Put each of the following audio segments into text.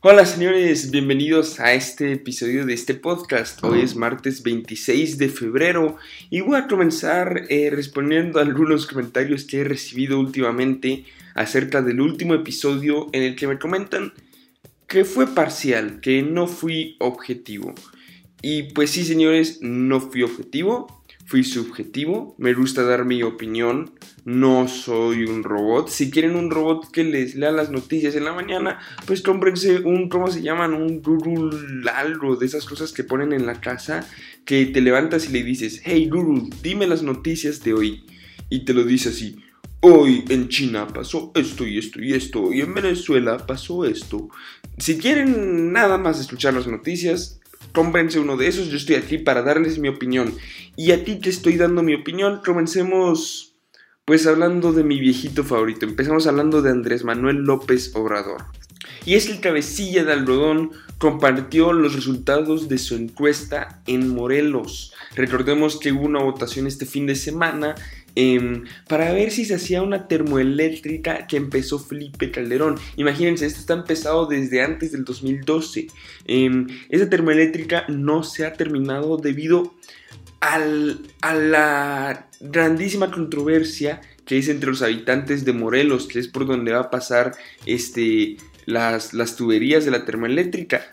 Hola señores, bienvenidos a este episodio de este podcast. Hoy es martes 26 de febrero y voy a comenzar respondiendo a algunos comentarios que he recibido últimamente acerca del último episodio en el que me comentan que fue parcial, que no fui objetivo. Y pues sí señores, no fui objetivo, fui subjetivo, me gusta dar mi opinión, no soy un robot. Si quieren un robot que les lea las noticias en la mañana, pues cómprense ¿cómo se llaman? Un Google algo, de esas cosas que ponen en la casa, que te levantas y le dices, hey Google, dime las noticias de hoy, y te lo dice así. Hoy en China pasó esto y esto y esto, y en Venezuela pasó esto. Si quieren nada más escuchar las noticias, cómprense uno de esos. Yo estoy aquí para darles mi opinión. Y a ti te estoy dando mi opinión. Comencemos pues hablando de mi viejito favorito. Empezamos hablando de Andrés Manuel López Obrador. Y es que el cabecilla de algodón compartió los resultados de su encuesta en Morelos. Recordemos que hubo una votación este fin de semana para ver si se hacía una termoeléctrica que empezó Felipe Calderón. Imagínense, esto está empezado desde antes del 2012. Esa termoeléctrica no se ha terminado debido a la grandísima controversia que es entre los habitantes de Morelos, que es por donde va a pasar las tuberías de la termoeléctrica.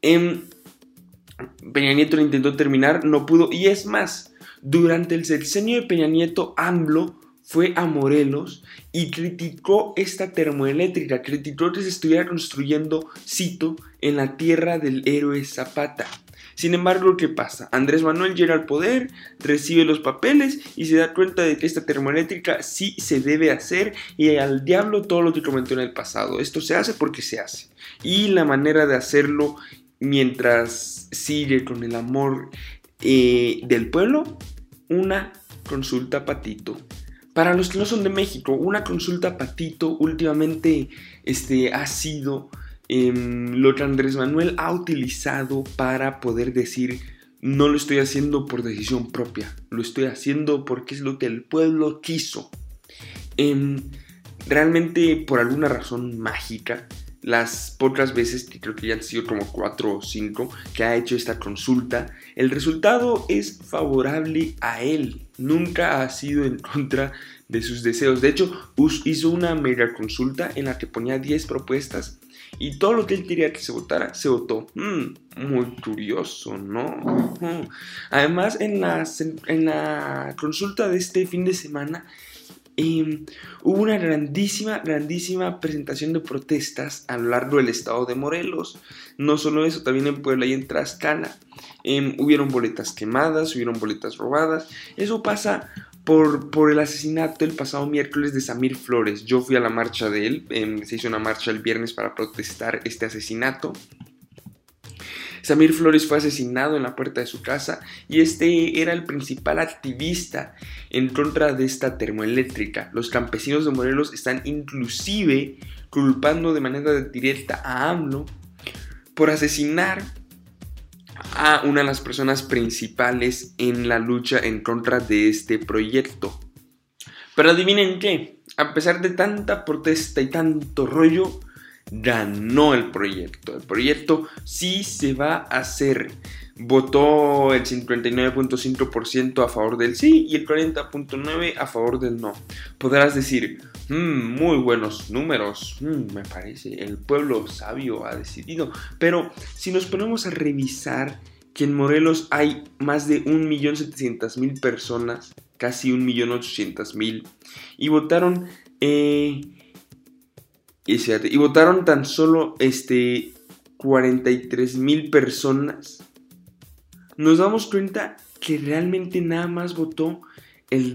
Peña Nieto lo intentó terminar, no pudo, y es más, durante el sexenio de Peña Nieto, AMLO fue a Morelos y criticó esta termoeléctrica, criticó que se estuviera construyendo, cito, en la tierra del héroe Zapata. Sin embargo, ¿qué pasa? Andrés Manuel llega al poder, recibe los papeles y se da cuenta de que esta termoeléctrica sí se debe hacer, y al diablo todo lo que comentó en el pasado. Esto se hace porque se hace. Y la manera de hacerlo mientras sigue con el amor del pueblo, una consulta patito. Para los que no son de México, una consulta patito últimamente ha sido lo que Andrés Manuel ha utilizado para poder decir: no lo estoy haciendo por decisión propia, lo estoy haciendo porque es lo que el pueblo quiso. Realmente, por alguna razón mágica, las pocas veces, que creo que ya han sido como 4 o 5, que ha hecho esta consulta, el resultado es favorable a él. Nunca ha sido en contra de sus deseos. De hecho, hizo una mega consulta en la que ponía 10 propuestas y todo lo que él quería que se votara, se votó. Muy curioso, ¿no? Además, en la consulta de este fin de semana, hubo una grandísima presentación de protestas a lo largo del estado de Morelos. No solo eso, también en Puebla y en Tlaxcala. Hubieron boletas quemadas, hubieron boletas robadas. Eso pasa por el asesinato el pasado miércoles de Samir Flores. Yo fui a la marcha de él. Se hizo una marcha el viernes para protestar este asesinato. Samir Flores fue asesinado en la puerta de su casa y era el principal activista en contra de esta termoeléctrica. Los campesinos de Morelos están inclusive culpando de manera directa a AMLO por asesinar a una de las personas principales en la lucha en contra de este proyecto. Pero adivinen qué, a pesar de tanta protesta y tanto rollo, ganó el proyecto. El proyecto sí se va a hacer. Votó el 59.5% a favor del sí y el 40.9% a favor del no. Podrás decir, muy buenos números, me parece, el pueblo sabio ha decidido. Pero si nos ponemos a revisar que en Morelos hay más de 1.700.000 personas, casi 1.800.000, y votaron y votaron tan solo 43.000 personas, nos damos cuenta que realmente nada más votó el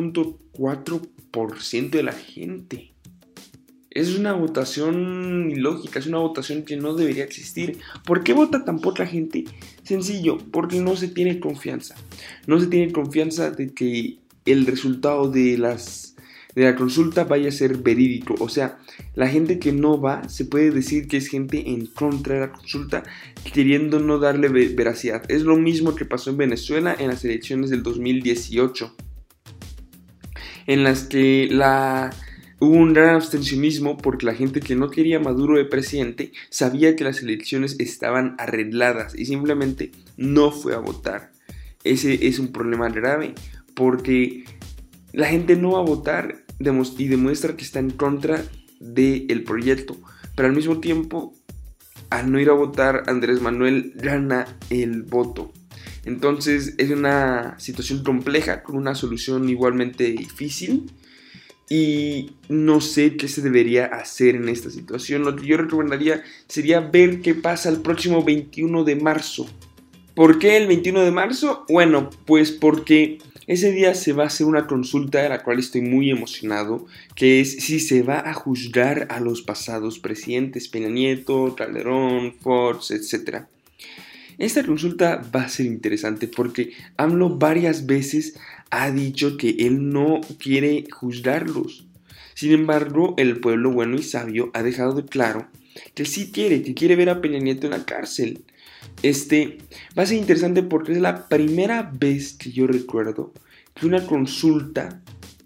2.4% de la gente. Es una votación ilógica, es una votación que no debería existir. ¿Por qué vota tan poca gente? Sencillo, porque no se tiene confianza. No se tiene confianza de que el resultado de la consulta vaya a ser verídico. O sea, la gente que no va, se puede decir que es gente en contra de la consulta, queriendo no darle veracidad. Es lo mismo que pasó en Venezuela en las elecciones del 2018, en las que Hubo un gran abstencionismo porque la gente que no quería a Maduro de presidente sabía que las elecciones estaban arregladas y simplemente no fue a votar. Ese es un problema grave porque la gente no va a votar y demuestra que está en contra del proyecto, pero al mismo tiempo, al no ir a votar, Andrés Manuel gana el voto. Entonces es una situación compleja con una solución igualmente difícil y no sé qué se debería hacer en esta situación. Lo que yo recomendaría sería ver qué pasa el próximo 21 de marzo. ¿Por qué el 21 de marzo? Bueno, pues porque ese día se va a hacer una consulta de la cual estoy muy emocionado, que es si se va a juzgar a los pasados presidentes, Peña Nieto, Calderón, Fox, etc. Esta consulta va a ser interesante porque AMLO varias veces ha dicho que él no quiere juzgarlos. Sin embargo, el pueblo bueno y sabio ha dejado claro que sí que quiere ver a Peña Nieto en la cárcel. Va a ser interesante porque es la primera vez que yo recuerdo que una consulta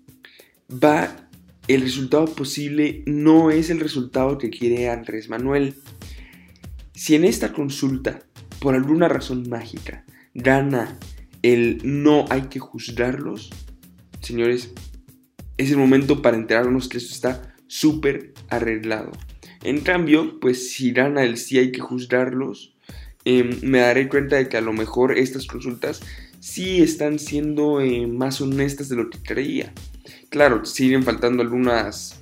el resultado posible no es el resultado que quiere Andrés Manuel. Si en esta consulta, por alguna razón mágica, gana el no hay que juzgarlos, señores, es el momento para enterarnos que esto está súper arreglado. En cambio, pues si gana el sí hay que juzgarlos, me daré cuenta de que a lo mejor estas consultas sí están siendo más honestas de lo que creía. Claro, siguen faltando algunas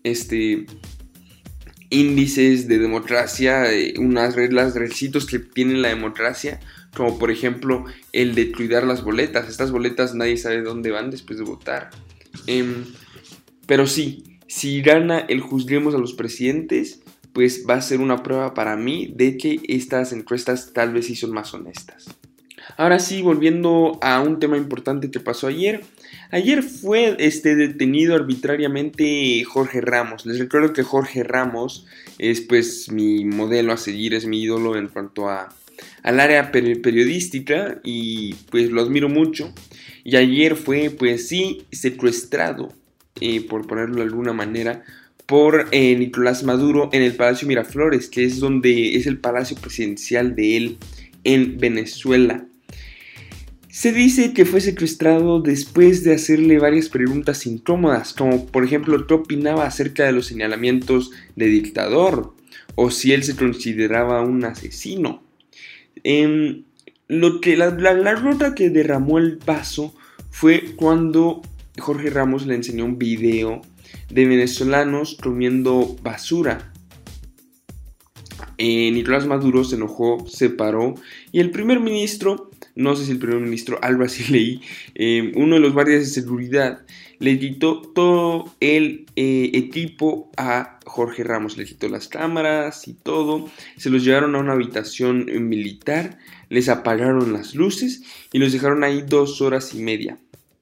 índices de democracia, unas reglas, requisitos que tiene la democracia, como por ejemplo el de cuidar las boletas. Estas boletas nadie sabe dónde van después de votar. Pero sí, si gana el juzguemos a los presidentes, pues va a ser una prueba para mí de que estas encuestas tal vez sí son más honestas. Ahora sí, volviendo a un tema importante que pasó ayer. Ayer fue detenido arbitrariamente Jorge Ramos. Les recuerdo que Jorge Ramos es pues mi modelo a seguir, es mi ídolo en cuanto al área periodística y pues lo admiro mucho. Y ayer fue pues sí secuestrado, por ponerlo de alguna manera, por Nicolás Maduro en el Palacio Miraflores, que es donde es el palacio presidencial de él en Venezuela. Se dice que fue secuestrado después de hacerle varias preguntas incómodas, como por ejemplo qué opinaba acerca de los señalamientos de dictador, o si él se consideraba un asesino. La gota que derramó el vaso fue cuando Jorge Ramos le enseñó un video de venezolanos comiendo basura. Nicolás Maduro se enojó, se paró y el primer ministro, no sé si el primer ministro, algo así leí, uno de los guardias de seguridad le quitó todo el equipo a Jorge Ramos, le quitó las cámaras y todo, se los llevaron a una habitación militar, les apagaron las luces y los dejaron ahí 2 horas y media.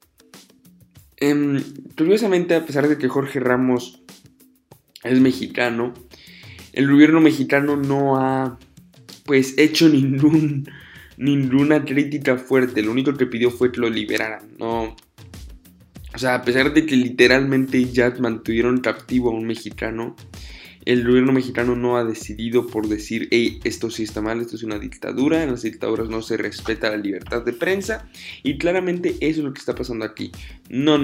Curiosamente, a pesar de que Jorge Ramos es mexicano, el gobierno mexicano no ha pues hecho ninguna crítica fuerte. Lo único que pidió fue que lo liberaran, ¿no? O sea, a pesar de que literalmente ya mantuvieron captivo a un mexicano, el gobierno mexicano no ha decidido por decir, hey, esto sí está mal, esto es una dictadura, en las dictaduras no se respeta la libertad de prensa, y claramente eso es lo que está pasando aquí. No.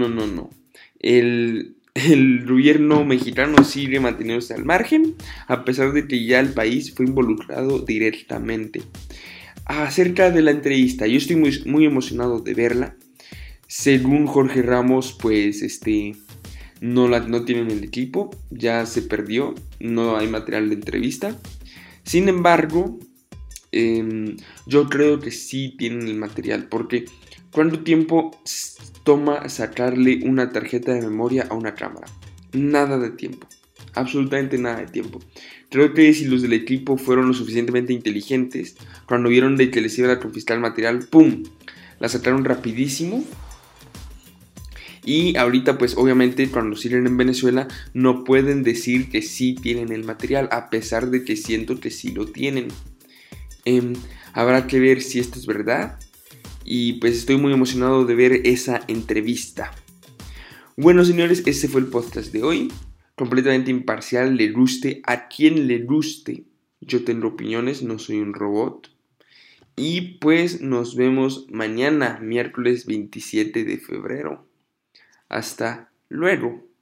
El gobierno mexicano sigue manteniéndose al margen, a pesar de que ya el país fue involucrado directamente. Acerca de la entrevista, yo estoy muy emocionado de verla. Según Jorge Ramos, pues no tienen el equipo, ya se perdió, no hay material de entrevista. Sin embargo, yo creo que sí tienen el material, porque ¿cuánto tiempo toma sacarle una tarjeta de memoria a una cámara? Nada de tiempo, absolutamente nada de tiempo. Creo que si los del equipo fueron lo suficientemente inteligentes, cuando vieron de que les iban a confiscar el material, ¡pum!, la sacaron rapidísimo. Y ahorita pues obviamente cuando siguen en Venezuela no pueden decir que sí tienen el material, a pesar de que siento que sí lo tienen. Habrá que ver si esto es verdad. Y pues estoy muy emocionado de ver esa entrevista. Bueno, señores, este fue el podcast de hoy. Completamente imparcial, le guste a quien le guste. Yo tengo opiniones, no soy un robot. Y pues nos vemos mañana, miércoles 27 de febrero. Hasta luego.